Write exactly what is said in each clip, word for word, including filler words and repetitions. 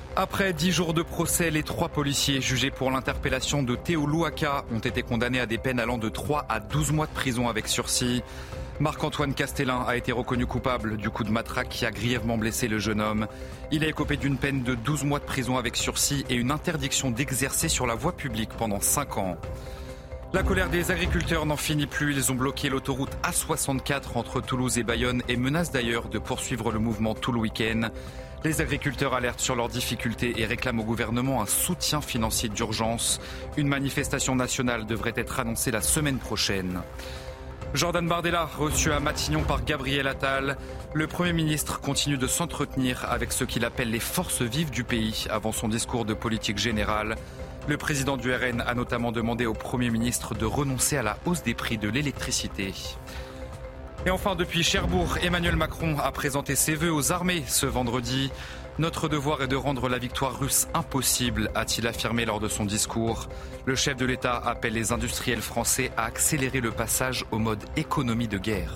Après dix jours de procès, les trois policiers jugés pour l'interpellation de Théo Louaka ont été condamnés à des peines allant de trois à douze mois de prison avec sursis. Marc-Antoine Castellin a été reconnu coupable du coup de matraque qui a grièvement blessé le jeune homme. Il a écopé d'une peine de douze mois de prison avec sursis et une interdiction d'exercer sur la voie publique pendant cinq ans. La colère des agriculteurs n'en finit plus. Ils ont bloqué l'autoroute A soixante-quatre entre Toulouse et Bayonne et menacent d'ailleurs de poursuivre le mouvement tout le week-end. Les agriculteurs alertent sur leurs difficultés et réclament au gouvernement un soutien financier d'urgence. Une manifestation nationale devrait être annoncée la semaine prochaine. Jordan Bardella, reçu à Matignon par Gabriel Attal. Le Premier ministre continue de s'entretenir avec ce qu'il appelle les forces vives du pays avant son discours de politique générale. Le président du R N a notamment demandé au Premier ministre de renoncer à la hausse des prix de l'électricité. Et enfin, depuis Cherbourg, Emmanuel Macron a présenté ses vœux aux armées ce vendredi. Notre devoir est de rendre la victoire russe impossible, a-t-il affirmé lors de son discours. Le chef de l'État appelle les industriels français à accélérer le passage au mode économie de guerre.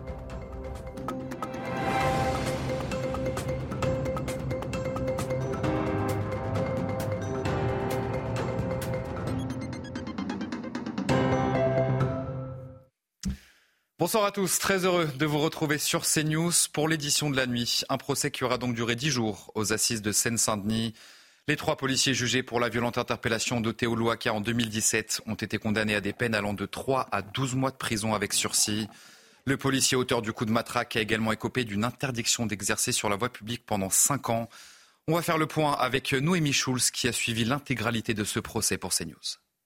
Bonsoir à tous, très heureux de vous retrouver sur CNews pour l'édition de la nuit. Un procès qui aura donc duré dix jours aux assises de Seine-Saint-Denis. Les trois policiers jugés pour la violente interpellation de Théo Louaka en deux mille dix-sept ont été condamnés à des peines allant de trois à douze mois de prison avec sursis. Le policier auteur du coup de matraque a également écopé d'une interdiction d'exercer sur la voie publique pendant cinq ans. On va faire le point avec Noémie Schulz qui a suivi l'intégralité de ce procès pour CNews.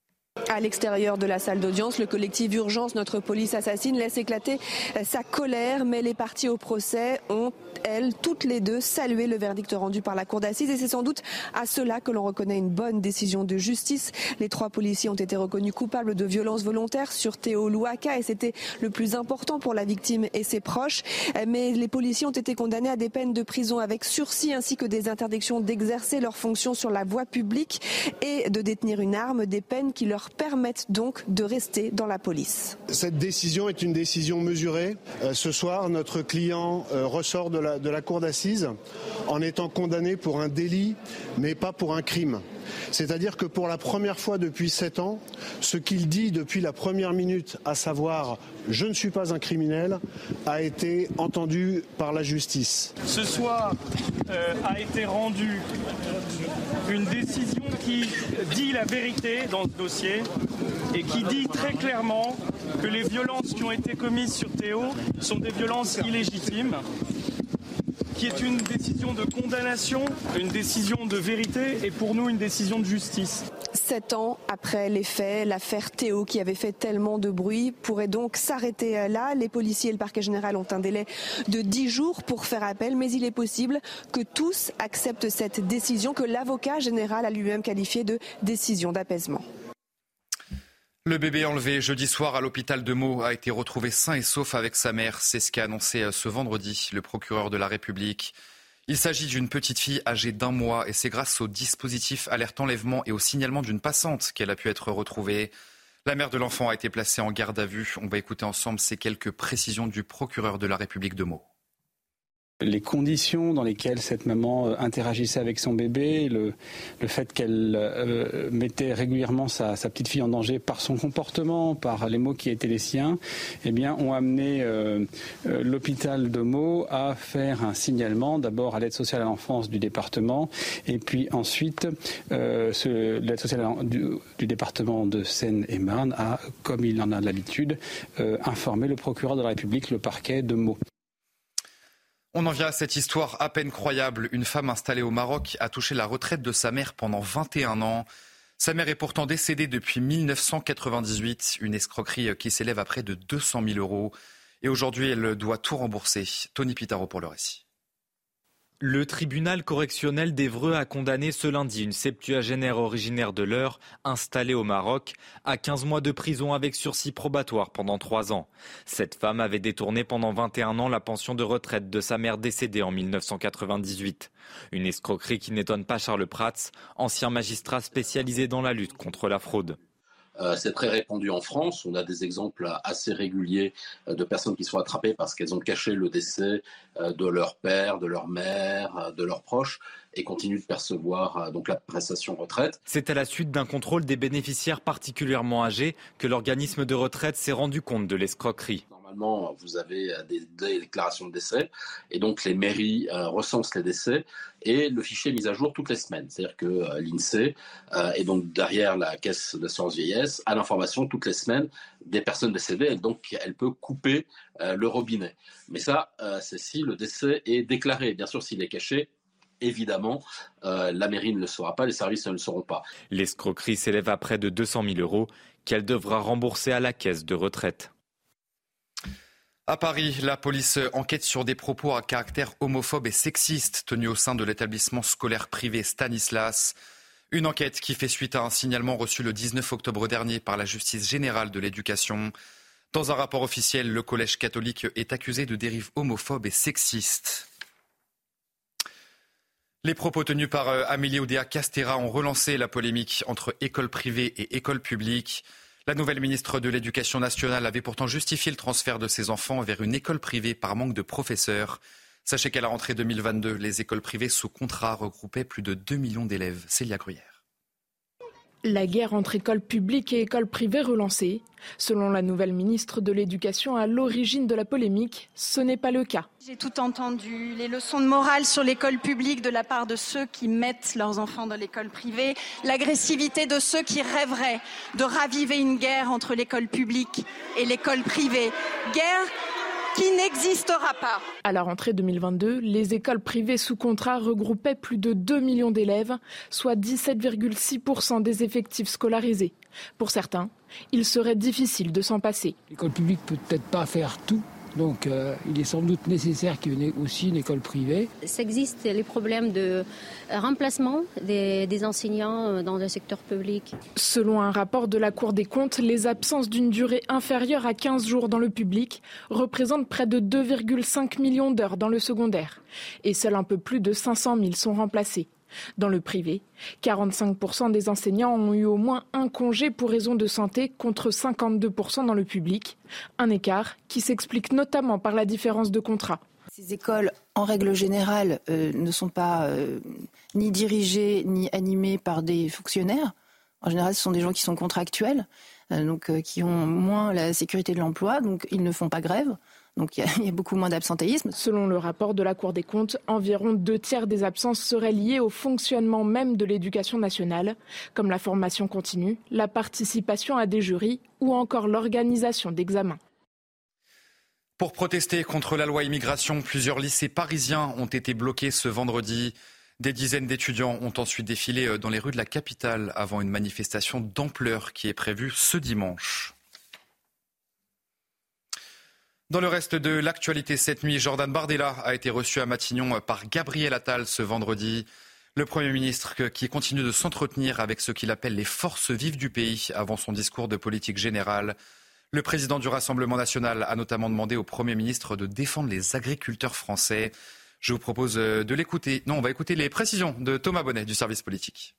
À l'extérieur de la salle d'audience, le collectif Urgence, notre police assassine, laisse éclater sa colère, mais les parties au procès ont, elles, toutes les deux salué le verdict rendu par la cour d'assises et c'est sans doute à cela que l'on reconnaît une bonne décision de justice. Les trois policiers ont été reconnus coupables de violences volontaires sur Théo Louaka et c'était le plus important pour la victime et ses proches. Mais les policiers ont été condamnés à des peines de prison avec sursis ainsi que des interdictions d'exercer leurs fonctions sur la voie publique et de détenir une arme, des peines qui leur permettent donc de rester dans la police. Cette décision est une décision mesurée. Euh, ce soir, notre client euh, ressort de la, de la cour d'assises en étant condamné pour un délit, mais pas pour un crime. C'est-à-dire que pour la première fois depuis sept ans, ce qu'il dit depuis la première minute, à savoir « je ne suis pas un criminel », a été entendu par la justice. Ce soir euh, a été rendue une décision qui dit la vérité dans ce dossier et qui dit très clairement que les violences qui ont été commises sur Théo sont des violences illégitimes, qui est une décision de condamnation, une décision de vérité et pour nous une décision de justice. Sept ans après les faits, l'affaire Théo qui avait fait tellement de bruit pourrait donc s'arrêter là. Les policiers et le parquet général ont un délai de dix jours pour faire appel, mais il est possible que tous acceptent cette décision que l'avocat général a lui-même qualifiée de décision d'apaisement. Le bébé enlevé jeudi soir à l'hôpital de Meaux a été retrouvé sain et sauf avec sa mère. C'est ce qu'a annoncé ce vendredi le procureur de la République. Il s'agit d'une petite fille âgée d'un mois et c'est grâce au dispositif alerte enlèvement et au signalement d'une passante qu'elle a pu être retrouvée. La mère de l'enfant a été placée en garde à vue. On va écouter ensemble ces quelques précisions du procureur de la République de Meaux. Les conditions dans lesquelles cette maman interagissait avec son bébé, le, le fait qu'elle euh, mettait régulièrement sa, sa petite fille en danger par son comportement, par les mots qui étaient les siens, eh bien, ont amené euh, euh, l'hôpital de Meaux à faire un signalement, d'abord à l'aide sociale à l'enfance du département, et puis ensuite euh, ce, l'aide sociale du, du département de Seine-et-Marne a, comme il en a l'habitude, euh, informé le procureur de la République, le parquet de Meaux. On en vient à cette histoire à peine croyable. Une femme installée au Maroc a touché la retraite de sa mère pendant vingt et un ans. Sa mère est pourtant décédée depuis mille neuf cent quatre-vingt-dix-huit, une escroquerie qui s'élève à près de deux cent mille euros. Et aujourd'hui, elle doit tout rembourser. Tony Pitaro pour le récit. Le tribunal correctionnel d'Évreux a condamné ce lundi une septuagénaire originaire de l'Eure, installée au Maroc, à quinze mois de prison avec sursis probatoire pendant trois ans. Cette femme avait détourné pendant vingt et un ans la pension de retraite de sa mère décédée en mille neuf cent quatre-vingt-dix-huit. Une escroquerie qui n'étonne pas Charles Prats, ancien magistrat spécialisé dans la lutte contre la fraude. Euh, c'est très répandu en France. On a des exemples assez réguliers euh, de personnes qui sont attrapées parce qu'elles ont caché le décès euh, de leur père, de leur mère, euh, de leurs proches et continuent de percevoir euh, donc la prestation retraite. C'est à la suite d'un contrôle des bénéficiaires particulièrement âgés que l'organisme de retraite s'est rendu compte de l'escroquerie. Normalement, vous avez des, des déclarations de décès et donc les mairies euh, recensent les décès et le fichier est mis à jour toutes les semaines. C'est-à-dire que euh, l'INSEE euh, et donc derrière la caisse d'assurance vieillesse a l'information toutes les semaines des personnes décédées et donc elle peut couper euh, le robinet. Mais ça, euh, c'est si le décès est déclaré. Bien sûr, s'il est caché, évidemment, euh, la mairie ne le saura pas, les services ne le sauront pas. L'escroquerie s'élève à près de deux cent mille euros qu'elle devra rembourser à la caisse de retraite. À Paris, la police enquête sur des propos à caractère homophobe et sexiste tenus au sein de l'établissement scolaire privé Stanislas. Une enquête qui fait suite à un signalement reçu le dix-neuf octobre dernier par la Justice générale de l'éducation. Dans un rapport officiel, le collège catholique est accusé de dérives homophobes et sexistes. Les propos tenus par Amélie Oudéa-Castéra ont relancé la polémique entre écoles privées et écoles publiques. La nouvelle ministre de l'Éducation nationale avait pourtant justifié le transfert de ses enfants vers une école privée par manque de professeurs. Sachez qu'à la rentrée deux mille vingt-deux, les écoles privées sous contrat regroupaient plus de deux millions d'élèves. Célia Gruyère. La guerre entre écoles publiques et écoles privées relancée. Selon la nouvelle ministre de l'Éducation à l'origine de la polémique, ce n'est pas le cas. J'ai tout entendu, les leçons de morale sur l'école publique de la part de ceux qui mettent leurs enfants dans l'école privée, l'agressivité de ceux qui rêveraient de raviver une guerre entre l'école publique et l'école privée. Guerre qui n'existera pas. À la rentrée deux mille vingt-deux, les écoles privées sous contrat regroupaient plus de deux millions d'élèves, soit dix-sept virgule six pour cent des effectifs scolarisés. Pour certains, il serait difficile de s'en passer. L'école publique peut peut-être pas faire tout. Donc euh, il est sans doute nécessaire qu'il y ait aussi une école privée. Ça existe les problèmes de remplacement des, des enseignants dans le secteur public. Selon un rapport de la Cour des comptes, les absences d'une durée inférieure à quinze jours dans le public représentent près de deux virgule cinq millions d'heures dans le secondaire. Et seuls un peu plus de cinq cent mille sont remplacés. Dans le privé, quarante-cinq pour cent des enseignants ont eu au moins un congé pour raison de santé contre cinquante-deux pour cent dans le public. Un écart qui s'explique notamment par la différence de contrat. Ces écoles, en règle générale, euh, ne sont pas euh, ni dirigées ni animées par des fonctionnaires. En général, ce sont des gens qui sont contractuels, euh, donc euh, qui ont moins la sécurité de l'emploi, donc ils ne font pas grève. Donc il y, y a beaucoup moins d'absentéisme. Selon le rapport de la Cour des comptes, environ deux tiers des absences seraient liées au fonctionnement même de l'éducation nationale, comme la formation continue, la participation à des jurys ou encore l'organisation d'examens. Pour protester contre la loi immigration, plusieurs lycées parisiens ont été bloqués ce vendredi. Des dizaines d'étudiants ont ensuite défilé dans les rues de la capitale avant une manifestation d'ampleur qui est prévue ce dimanche. Dans le reste de l'actualité cette nuit, Jordan Bardella a été reçu à Matignon par Gabriel Attal ce vendredi. Le Premier ministre qui continue de s'entretenir avec ce qu'il appelle les forces vives du pays avant son discours de politique générale. Le président du Rassemblement national a notamment demandé au Premier ministre de défendre les agriculteurs français. Je vous propose de l'écouter. Non, on va écouter les précisions de Thomas Bonnet du service politique.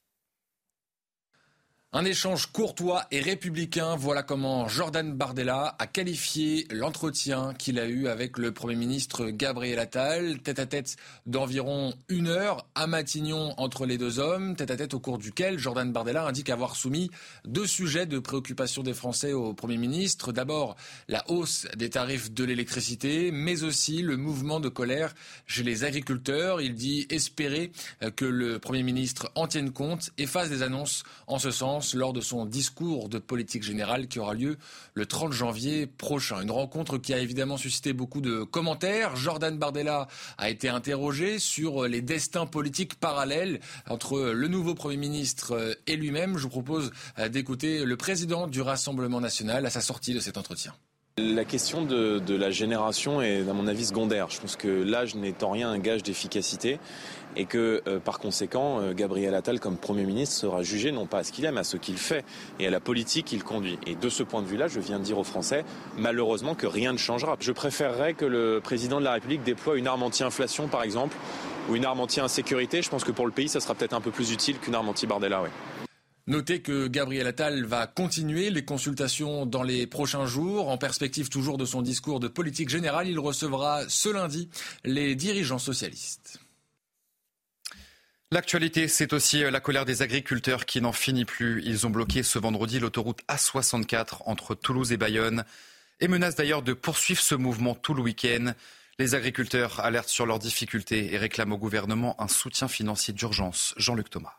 Un échange courtois et républicain, voilà comment Jordan Bardella a qualifié l'entretien qu'il a eu avec le Premier ministre Gabriel Attal, tête-à-tête d'environ une heure à Matignon entre les deux hommes, tête-à-tête au cours duquel Jordan Bardella indique avoir soumis deux sujets de préoccupation des Français au Premier ministre. D'abord, la hausse des tarifs de l'électricité, mais aussi le mouvement de colère chez les agriculteurs. Il dit espérer que le Premier ministre en tienne compte et fasse des annonces en ce sens lors de son discours de politique générale qui aura lieu le trente janvier prochain. Une rencontre qui a évidemment suscité beaucoup de commentaires. Jordan Bardella a été interrogé sur les destins politiques parallèles entre le nouveau Premier ministre et lui-même. Je vous propose d'écouter le président du Rassemblement national à sa sortie de cet entretien. La question de, de la génération est, à mon avis, secondaire. Je pense que l'âge n'est en rien un gage d'efficacité et que, euh, par conséquent, euh, Gabriel Attal, comme Premier ministre, sera jugé non pas à ce qu'il aime, à ce qu'il fait et à la politique qu'il conduit. Et de ce point de vue-là, je viens de dire aux Français, malheureusement, que rien ne changera. Je préférerais que le président de la République déploie une arme anti-inflation, par exemple, ou une arme anti-insécurité. Je pense que pour le pays, ça sera peut-être un peu plus utile qu'une arme anti-Bardella, oui. Notez que Gabriel Attal va continuer les consultations dans les prochains jours. En perspective toujours de son discours de politique générale, il recevra ce lundi les dirigeants socialistes. L'actualité, c'est aussi la colère des agriculteurs qui n'en finit plus. Ils ont bloqué ce vendredi l'autoroute A soixante-quatre entre Toulouse et Bayonne et menacent d'ailleurs de poursuivre ce mouvement tout le week-end. Les agriculteurs alertent sur leurs difficultés et réclament au gouvernement un soutien financier d'urgence. Jean-Luc Thomas.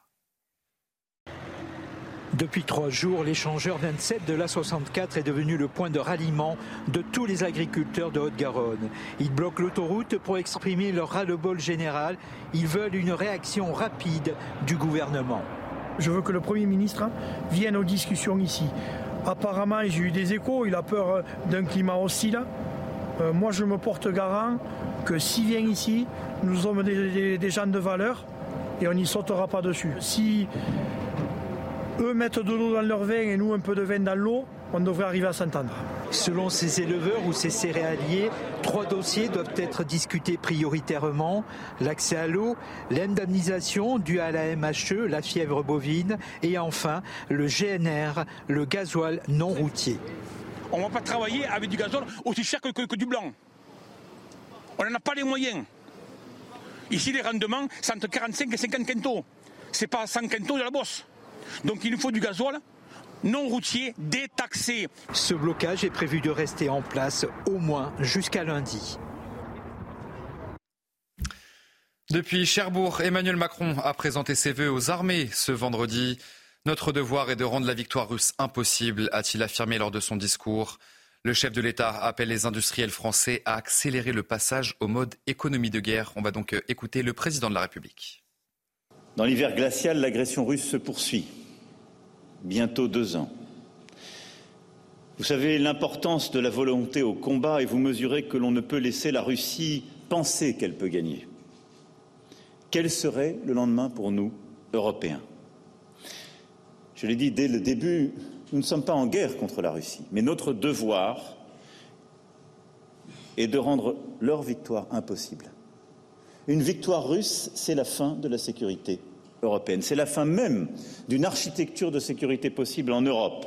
Depuis trois jours, l'échangeur vingt-sept de l'A soixante-quatre est devenu le point de ralliement de tous les agriculteurs de Haute-Garonne. Ils bloquent l'autoroute pour exprimer leur ras-le-bol général. Ils veulent une réaction rapide du gouvernement. Je veux que le Premier ministre vienne aux discussions ici. Apparemment, j'ai eu des échos, il a peur d'un climat hostile. Euh, moi, je me porte garant que s'il vient ici, nous sommes des, des, des gens de valeur et on n'y sautera pas dessus. Si eux mettent de l'eau dans leur vin et nous un peu de vin dans l'eau, on devrait arriver à s'entendre. Selon ces éleveurs ou ces céréaliers, trois dossiers doivent être discutés prioritairement. L'accès à l'eau, l'indemnisation due à la M H E, la fièvre bovine, et enfin le G N R, le gasoil non routier. On ne va pas travailler avec du gasoil aussi cher que, que, que du blanc. On n'en a pas les moyens. Ici, les rendements, c'est entre quarante-cinq et cinquante quintaux. C'est pas cent quintaux de la bosse. Donc il nous faut du gasoil non routier détaxé. Ce blocage est prévu de rester en place au moins jusqu'à lundi. Depuis Cherbourg, Emmanuel Macron a présenté ses vœux aux armées ce vendredi. Notre devoir est de rendre la victoire russe impossible, a-t-il affirmé lors de son discours. Le chef de l'État appelle les industriels français à accélérer le passage au mode économie de guerre. On va donc écouter le président de la République. Dans l'hiver glacial, l'agression russe se poursuit. Bientôt deux ans. Vous savez l'importance de la volonté au combat et vous mesurez que l'on ne peut laisser la Russie penser qu'elle peut gagner. Quel serait le lendemain pour nous, Européens ? Je l'ai dit dès le début, nous ne sommes pas en guerre contre la Russie, mais notre devoir est de rendre leur victoire impossible. Une victoire russe, c'est la fin de la sécurité européenne. C'est la fin même d'une architecture de sécurité possible en Europe.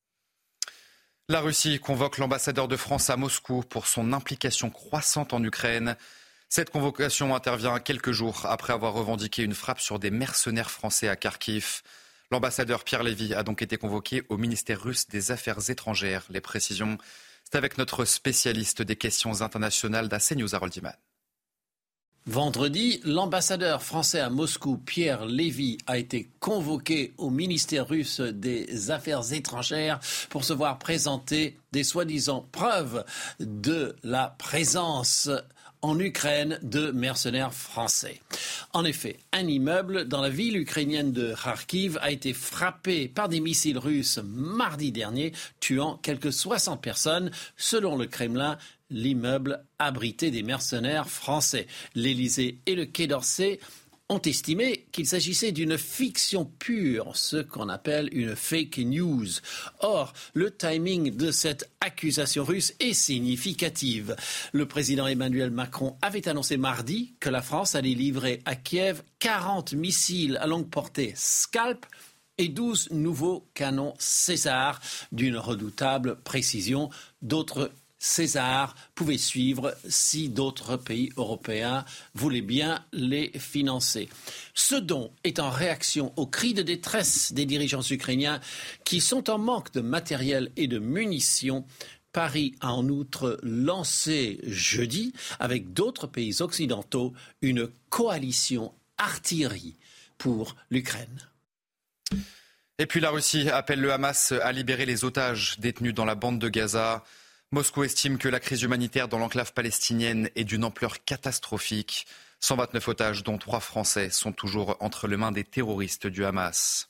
La Russie convoque l'ambassadeur de France à Moscou pour son implication croissante en Ukraine. Cette convocation intervient quelques jours après avoir revendiqué une frappe sur des mercenaires français à Kharkiv. L'ambassadeur Pierre Lévy a donc été convoqué au ministère russe des Affaires étrangères. Les précisions, c'est avec notre spécialiste des questions internationales d'A C News, Harold Iman. Vendredi, l'ambassadeur français à Moscou, Pierre Lévy, a été convoqué au ministère russe des Affaires étrangères pour se voir présenter des soi-disant preuves de la présence en Ukraine de mercenaires français. En effet, un immeuble dans la ville ukrainienne de Kharkiv a été frappé par des missiles russes mardi dernier, tuant quelques soixante personnes. Selon le Kremlin, l'immeuble abritait des mercenaires français. L'Élysée et le Quai d'Orsay ont estimé qu'il s'agissait d'une fiction pure, ce qu'on appelle une fake news. Or, le timing de cette accusation russe est significatif. Le président Emmanuel Macron avait annoncé mardi que la France allait livrer à Kiev quarante missiles à longue portée Scalp et douze nouveaux canons César d'une redoutable précision. D'autres César pouvait suivre si d'autres pays européens voulaient bien les financer. Ce don est en réaction aux cris de détresse des dirigeants ukrainiens qui sont en manque de matériel et de munitions. Paris a en outre lancé jeudi, avec d'autres pays occidentaux, une coalition artillerie pour l'Ukraine. Et puis la Russie appelle le Hamas à libérer les otages détenus dans la bande de Gaza. Moscou estime que la crise humanitaire dans l'enclave palestinienne est d'une ampleur catastrophique. cent vingt-neuf otages, dont trois Français, sont toujours entre les mains des terroristes du Hamas.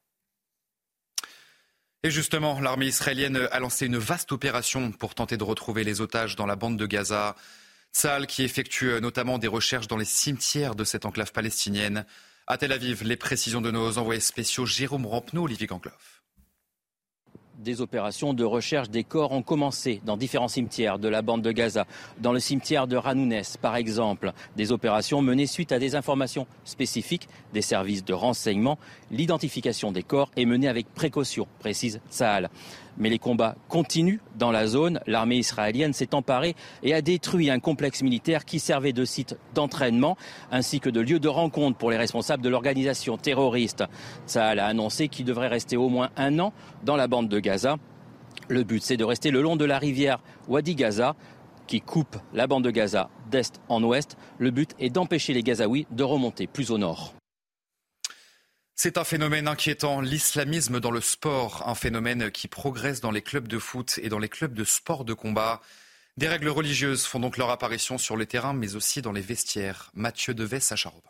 Et justement, l'armée israélienne a lancé une vaste opération pour tenter de retrouver les otages dans la bande de Gaza. Tsahal qui effectue notamment des recherches dans les cimetières de cette enclave palestinienne. À Tel Aviv, les précisions de nos envoyés spéciaux Jérôme Rampeneau, Olivier Gangloff. Des opérations de recherche des corps ont commencé dans différents cimetières de la bande de Gaza. Dans le cimetière de Ranounès, par exemple, des opérations menées suite à des informations spécifiques des services de renseignement. L'identification des corps est menée avec précaution, précise Tsahal. Mais les combats continuent dans la zone. L'armée israélienne s'est emparée et a détruit un complexe militaire qui servait de site d'entraînement ainsi que de lieu de rencontre pour les responsables de l'organisation terroriste. Tsahal a annoncé qu'il devrait rester au moins un an dans la bande de Gaza. Le but, c'est de rester le long de la rivière Wadi Gaza qui coupe la bande de Gaza d'est en ouest. Le but est d'empêcher les Gazaouis de remonter plus au nord. C'est un phénomène inquiétant, l'islamisme dans le sport, un phénomène qui progresse dans les clubs de foot et dans les clubs de sport de combat. Des règles religieuses font donc leur apparition sur les terrains, mais aussi dans les vestiaires. Mathieu Devet, Sacha Robin.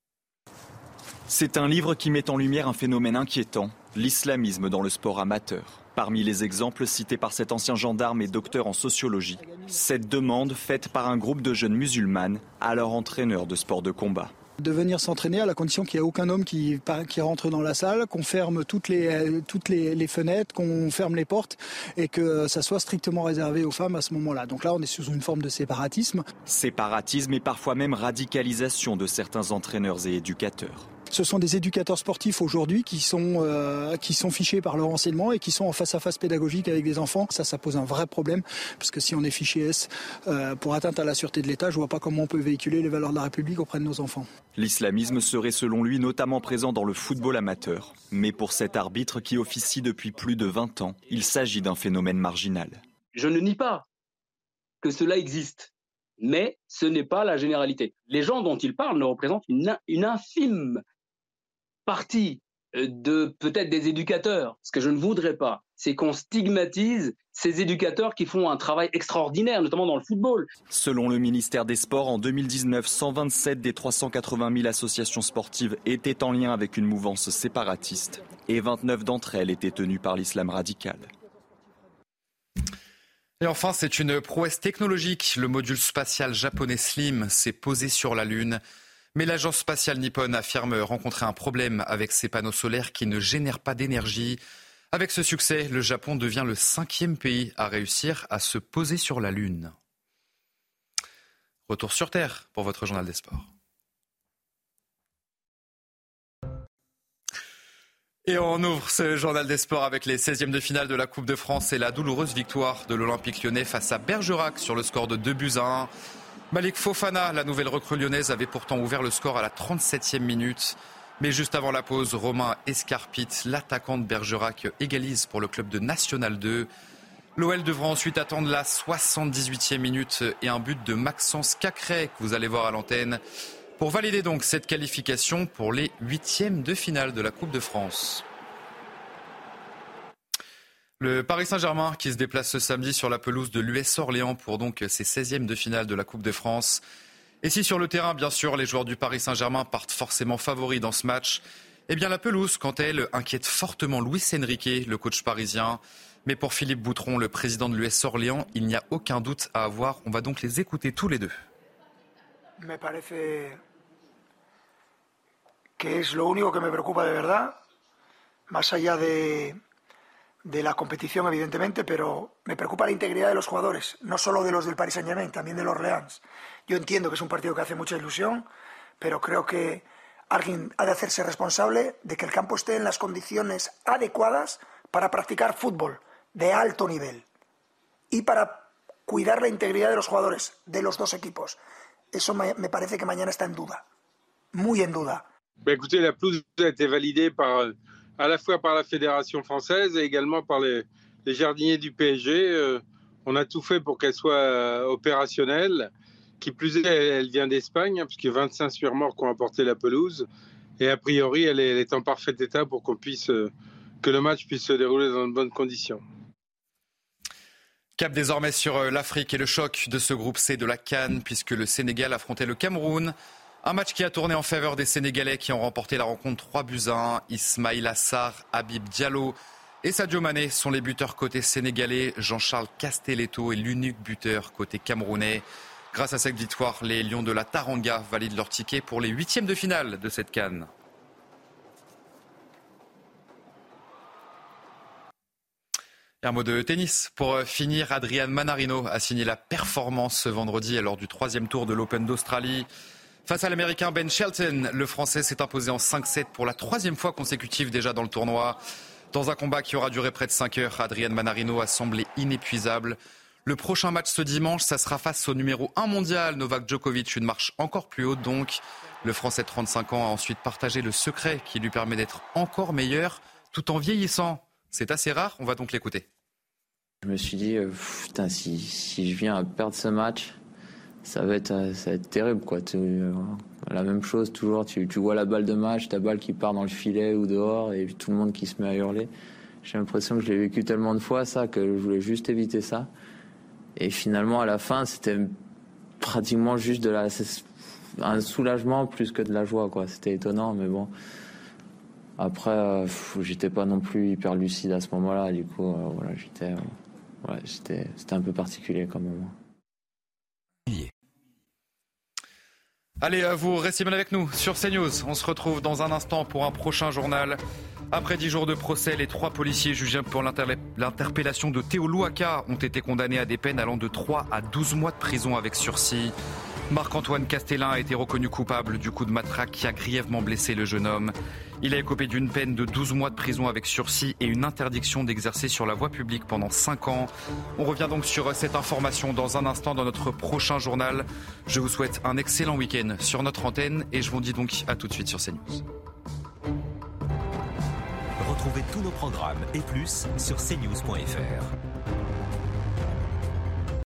C'est un livre qui met en lumière un phénomène inquiétant, l'islamisme dans le sport amateur. Parmi les exemples cités par cet ancien gendarme et docteur en sociologie, cette demande faite par un groupe de jeunes musulmanes à leur entraîneur de sport de combat. De venir s'entraîner à la condition qu'il n'y ait aucun homme qui, qui rentre dans la salle, qu'on ferme toutes les, toutes les, les fenêtres, qu'on ferme les portes et que ça soit strictement réservé aux femmes à ce moment-là. Donc là, on est sous une forme de séparatisme. Séparatisme et parfois même radicalisation de certains entraîneurs et éducateurs. Ce sont des éducateurs sportifs aujourd'hui qui sont, euh, qui sont fichés par leur enseignement et qui sont en face-à-face pédagogique avec des enfants. Ça, ça pose un vrai problème parce que si on est fiché S euh, pour atteinte à la sûreté de l'État, je ne vois pas comment on peut véhiculer les valeurs de la République auprès de nos enfants. L'islamisme serait selon lui notamment présent dans le football amateur. Mais pour cet arbitre qui officie depuis plus de vingt ans, il s'agit d'un phénomène marginal. Je ne nie pas que cela existe, mais ce n'est pas la généralité. Les gens dont il parle ne représentent une, une infime partie de peut-être des éducateurs. Ce que je ne voudrais pas, c'est qu'on stigmatise ces éducateurs qui font un travail extraordinaire, notamment dans le football. Selon le ministère des Sports, en deux mille dix-neuf, cent vingt-sept des trois cent quatre-vingt mille associations sportives étaient en lien avec une mouvance séparatiste et vingt-neuf d'entre elles étaient tenues par l'islam radical. Et enfin, c'est une prouesse technologique. Le module spatial japonais Slim s'est posé sur la Lune. Mais l'agence spatiale nippone affirme rencontrer un problème avec ses panneaux solaires qui ne génèrent pas d'énergie. Avec ce succès, le Japon devient le cinquième pays à réussir à se poser sur la Lune. Retour sur Terre pour votre journal des sports. Et on ouvre ce journal des sports avec les seizièmes de finale de la Coupe de France et la douloureuse victoire de l'Olympique lyonnais face à Bergerac sur le score de deux buts à un. Malik Fofana, la nouvelle recrue lyonnaise, avait pourtant ouvert le score à la trente-septième minute. Mais juste avant la pause, Romain Escarpite, l'attaquant de Bergerac, égalise pour le club de National deux. L'O L devra ensuite attendre la soixante-dix-huitième minute et un but de Maxence Cacré, que vous allez voir à l'antenne, pour valider donc cette qualification pour les huitièmes de finale de la Coupe de France. Le Paris Saint-Germain qui se déplace ce samedi sur la pelouse de l'U S Orléans pour donc ses seizièmes de finale de la Coupe de France. Et si sur le terrain, bien sûr, les joueurs du Paris Saint-Germain partent forcément favoris dans ce match, eh bien la pelouse, quant à elle, inquiète fortement Luis Enrique, le coach parisien. Mais pour Philippe Boutron, le président de l'U S Orléans, il n'y a aucun doute à avoir. On va donc les écouter tous les deux. Me parece que es lo único que me preocupa de verdad, más allá de... de la competición, evidentemente, pero me preocupa la integridad de los jugadores, no solo de los del Paris Saint-Germain, también de los Orleans. Yo entiendo que es un partido que hace mucha ilusión, pero creo que alguien ha de hacerse responsable de que el campo esté en las condiciones adecuadas para practicar fútbol de alto nivel y para cuidar la integridad de los jugadores de los dos equipos. Eso me, me parece que mañana está en duda, muy en duda. Ben écoutez, la pelouse a été validée par... à la fois par la Fédération française et également par les, les jardiniers du P S G. Euh, on a tout fait pour qu'elle soit euh, opérationnelle. Qui plus est, elle, elle vient d'Espagne, hein, puisque vingt-cinq surmorques ont apporté la pelouse. Et a priori, elle est, elle est en parfait état pour qu'on puisse, euh, que le match puisse se dérouler dans de bonnes conditions. Cap désormais sur l'Afrique et le choc de ce groupe C de la CAN, puisque le Sénégal affrontait le Cameroun. Un match qui a tourné en faveur des Sénégalais qui ont remporté la rencontre trois buts à un. Ismaïla Sarr, Habib Diallo et Sadio Mané sont les buteurs côté sénégalais. Jean-Charles Castelletto est l'unique buteur côté camerounais. Grâce à cette victoire, les Lions de la Taranga valident leur ticket pour les huitièmes de finale de cette CAN. Et un mot de tennis. Pour finir, Adrian Manarino a signé la performance ce vendredi lors du troisième tour de l'Open d'Australie. Face à l'Américain Ben Shelton, le Français s'est imposé en cinq sept pour la troisième fois consécutive déjà dans le tournoi. Dans un combat qui aura duré près de cinq heures, Adrian Manarino a semblé inépuisable. Le prochain match ce dimanche, ça sera face au numéro un mondial, Novak Djokovic, une marche encore plus haute donc. Le Français de trente-cinq ans a ensuite partagé le secret qui lui permet d'être encore meilleur tout en vieillissant. C'est assez rare, on va donc l'écouter. Je me suis dit, euh, putain, si, si je viens à perdre ce match, ça va être, ça va être terrible, quoi. Tu, euh, la même chose, toujours, tu, tu vois la balle de match, ta balle qui part dans le filet ou dehors, et puis tout le monde qui se met à hurler. J'ai l'impression que je l'ai vécu tellement de fois, ça, que je voulais juste éviter ça. Et finalement, à la fin, c'était pratiquement juste de la, un soulagement plus que de la joie, quoi. C'était étonnant, mais bon. Après, euh, j'étais pas non plus hyper lucide à ce moment-là. Du coup, euh, voilà, j'étais, euh, ouais, j'étais, c'était un peu particulier comme moment. Allez, vous restez bien avec nous sur CNews. On se retrouve dans un instant pour un prochain journal. Après dix jours de procès, les trois policiers jugés pour l'interpellation de Théo Louaka ont été condamnés à des peines allant de trois à douze mois de prison avec sursis. Marc-Antoine Castellin a été reconnu coupable du coup de matraque qui a grièvement blessé le jeune homme. Il a écopé d'une peine de douze mois de prison avec sursis et une interdiction d'exercer sur la voie publique pendant cinq ans. On revient donc sur cette information dans un instant dans notre prochain journal. Je vous souhaite un excellent week-end sur notre antenne et je vous dis donc à tout de suite sur CNews. Retrouvez tous nos programmes et plus sur c news point f r.